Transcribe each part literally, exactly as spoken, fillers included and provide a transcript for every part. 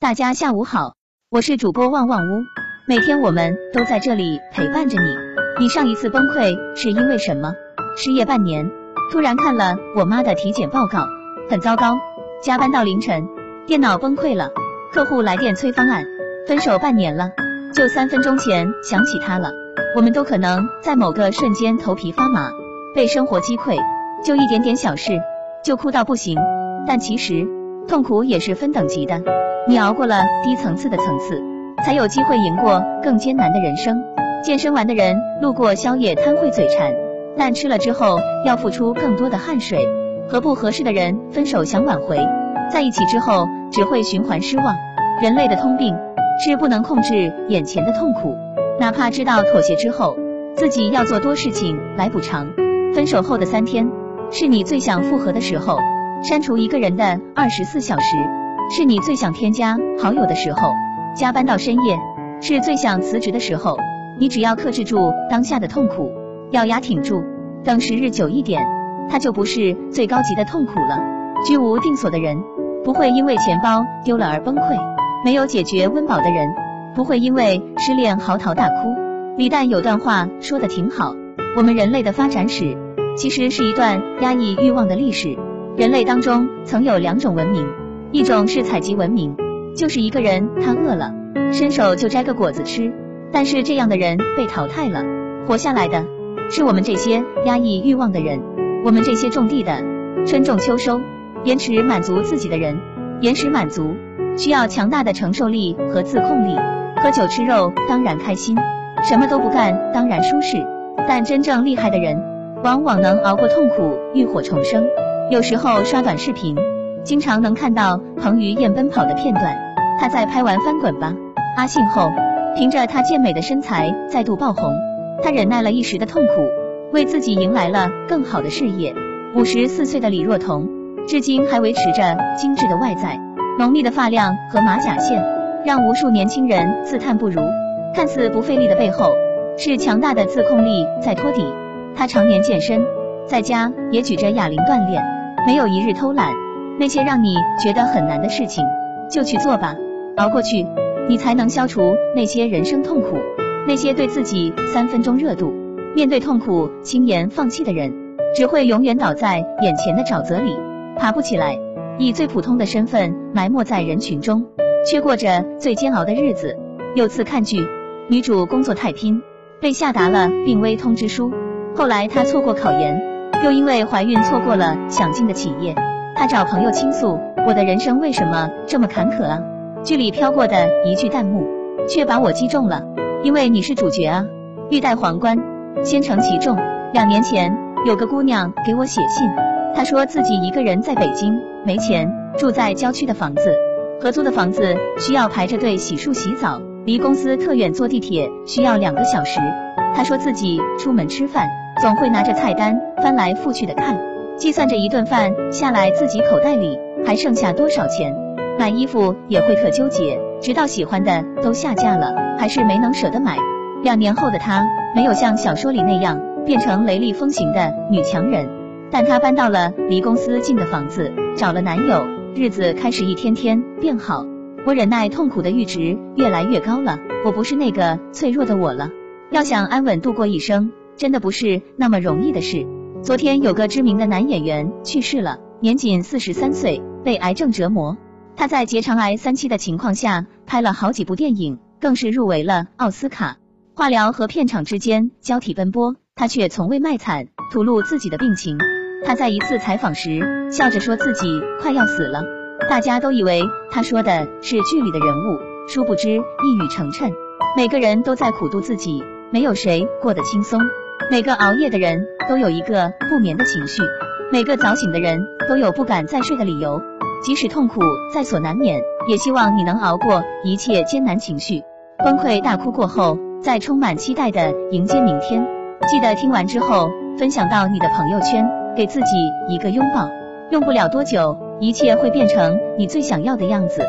大家下午好，我是主播旺旺屋，每天我们都在这里陪伴着你。你上一次崩溃是因为什么？失业半年，突然看了我妈的体检报告，很糟糕，加班到凌晨，电脑崩溃了，客户来电催方案，分手半年了，就三分钟前想起他了。我们都可能在某个瞬间头皮发麻，被生活击溃，就一点点小事就哭到不行，但其实痛苦也是分等级的，你熬过了低层次的层次，才有机会赢过更艰难的人生。健身完的人路过宵夜摊会嘴馋，但吃了之后要付出更多的汗水。和不合适的人分手想挽回，在一起之后只会循环失望。人类的通病是不能控制眼前的痛苦，哪怕知道妥协之后自己要做多事情来补偿。分手后的三天是你最想复合的时候，删除一个人的二十四小时是你最想添加好友的时候，加班到深夜是最想辞职的时候。你只要克制住当下的痛苦，咬牙挺住，等时日久一点，它就不是最高级的痛苦了。居无定所的人不会因为钱包丢了而崩溃，没有解决温饱的人不会因为失恋嚎啕大哭。李诞有段话说得挺好，我们人类的发展史其实是一段压抑欲望的历史。人类当中曾有两种文明，一种是采集文明，就是一个人他饿了，伸手就摘个果子吃，但是这样的人被淘汰了，活下来的是我们这些压抑欲望的人，我们这些种地的，春种秋收，延迟满足自己的人。延时满足需要强大的承受力和自控力。喝酒吃肉当然开心，什么都不干当然舒适，但真正厉害的人往往能熬过痛苦，浴火重生。有时候刷短视频，经常能看到彭于晏奔跑的片段，他在拍完翻滚吧阿信后，凭着他健美的身材再度爆红。他忍耐了一时的痛苦，为自己迎来了更好的事业。五十四岁的李若彤至今还维持着精致的外在，浓密的发量和马甲线让无数年轻人自叹不如。看似不费力的背后，是强大的自控力在托底。他常年健身，在家也举着哑铃锻炼，没有一日偷懒。那些让你觉得很难的事情就去做吧，熬过去你才能消除那些人生痛苦。那些对自己三分钟热度，面对痛苦轻言放弃的人，只会永远倒在眼前的沼泽里，爬不起来，以最普通的身份埋没在人群中，却过着最煎熬的日子。有次看剧，女主工作太拼，被下达了病危通知书，后来她错过考研，又因为怀孕错过了想进的企业。她找朋友倾诉，我的人生为什么这么坎坷啊？剧里飘过的一句弹幕却把我击中了，因为你是主角啊，欲戴皇冠先承其重。两年前有个姑娘给我写信，她说自己一个人在北京没钱，住在郊区的房子，合租的房子需要排着队洗漱洗澡，离公司特远，坐地铁需要两个小时。她说自己出门吃饭总会拿着菜单翻来覆去的看，计算着一顿饭下来自己口袋里还剩下多少钱。买衣服也会特纠结，直到喜欢的都下架了，还是没能舍得买。两年后的她没有像小说里那样变成雷厉风行的女强人，但她搬到了离公司近的房子，找了男友，日子开始一天天变好。我忍耐痛苦的阈值越来越高了，我不是那个脆弱的我了。要想安稳度过一生，真的不是那么容易的事。昨天有个知名的男演员去世了，年仅四十三岁，被癌症折磨。他在结肠癌三期的情况下拍了好几部电影，更是入围了奥斯卡。化疗和片场之间交替奔波，他却从未卖惨，吐露自己的病情。他在一次采访时笑着说自己快要死了，大家都以为他说的是剧里的人物，殊不知一语成谶。每个人都在苦度自己，没有谁过得轻松。每个熬夜的人都有一个不眠的情绪，每个早醒的人都有不敢再睡的理由。即使痛苦在所难免，也希望你能熬过一切艰难情绪。崩溃大哭过后，再充满期待的迎接明天。记得听完之后分享到你的朋友圈，给自己一个拥抱。用不了多久，一切会变成你最想要的样子。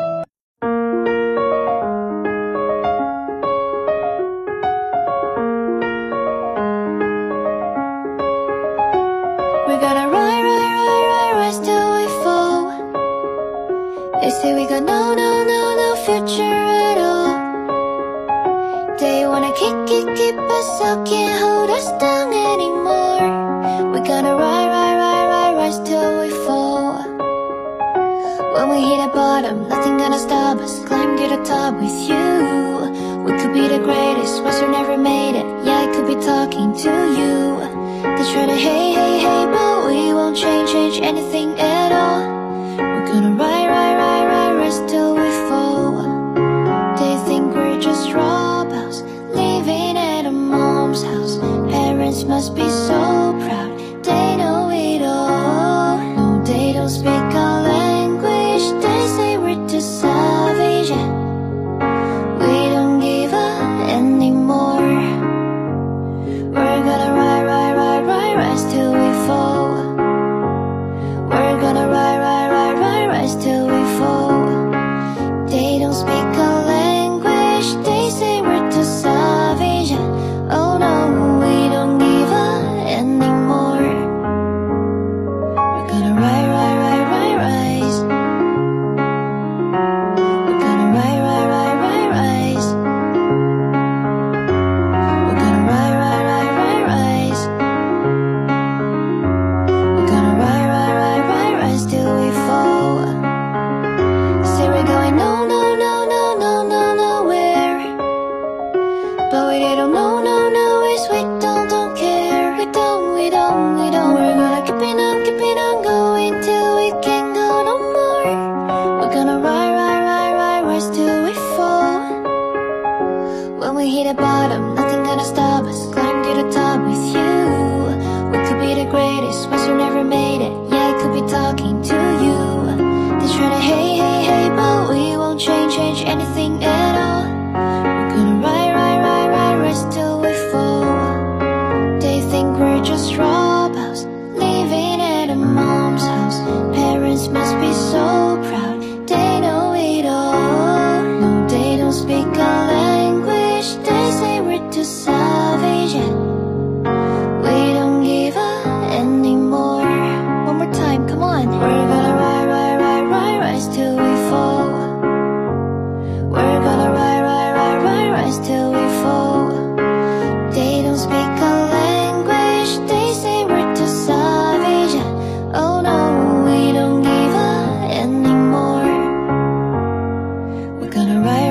They say we got no, no, no, no future at all. They wanna keep, keep, keep us out, can't hold us down anymore. We're gonna ride, ride, ride, ride, rise till we fall. When we hit the bottom, nothing gonna stop us. Climb to the top with you. We could be the greatest, but we never made it. Yeah, I could be talking to you. They try to hey, hey, hey, but we won't change, change anything at all. We're gonna ride, ride, ride, ride, rise till we fall. They think we're just dropouts, living at a mom's house. Parents must be so proud, they know it all. No, they don't speak our language, they say we're too savage, yeah. We don't give up anymore. We're gonna ride, ride, ride, ride, rise till we fall. We're gonna ride, ride, ride, ride, rise till we fall. They don't speak our language, they say we're too savage, yeah. Oh no, we don't give up anymore. We're gonna ride, ride, ride, ride, rise. We're gonna ride, ride, ride, ride, rise. We're gonna ride, ride, ride, ride, rise. We're gonna ride, ride, ride, ride, rise till we fall. Say we're going no, no, no, no, no, no, nowhere. But we don't know, no, no, is we don't, don't care. We don't, we don't, we don't. We're gonna keep it on, keep it on going till we can't go no more. We're gonna ride, ride, ride, ride, rise till we fall. When we hit the bottom, nothing gonna stop us. Climb to the top with you. We could be the greatest, but we never made it. Yeah, I could be talking to you. They try to hey, hey, hey, but we won't change, change anything at all. We're gonna ride, ride, ride, ride, rise till we fall. They think we're just dropouts, living at a mom's house. Parents must be so proud, they know it all. No, they don't speak our language, they say we're too savage, yeah. We don't give up anymore. One more time, come on. We're gonna ride, ride, ride, ride, rise till we fall. We're gonna ride, ride, ride, ride, rise till we fall. They don't speak our language, they say we're too savage, yeah. Oh no, we don't give up anymore. We're gonna ride,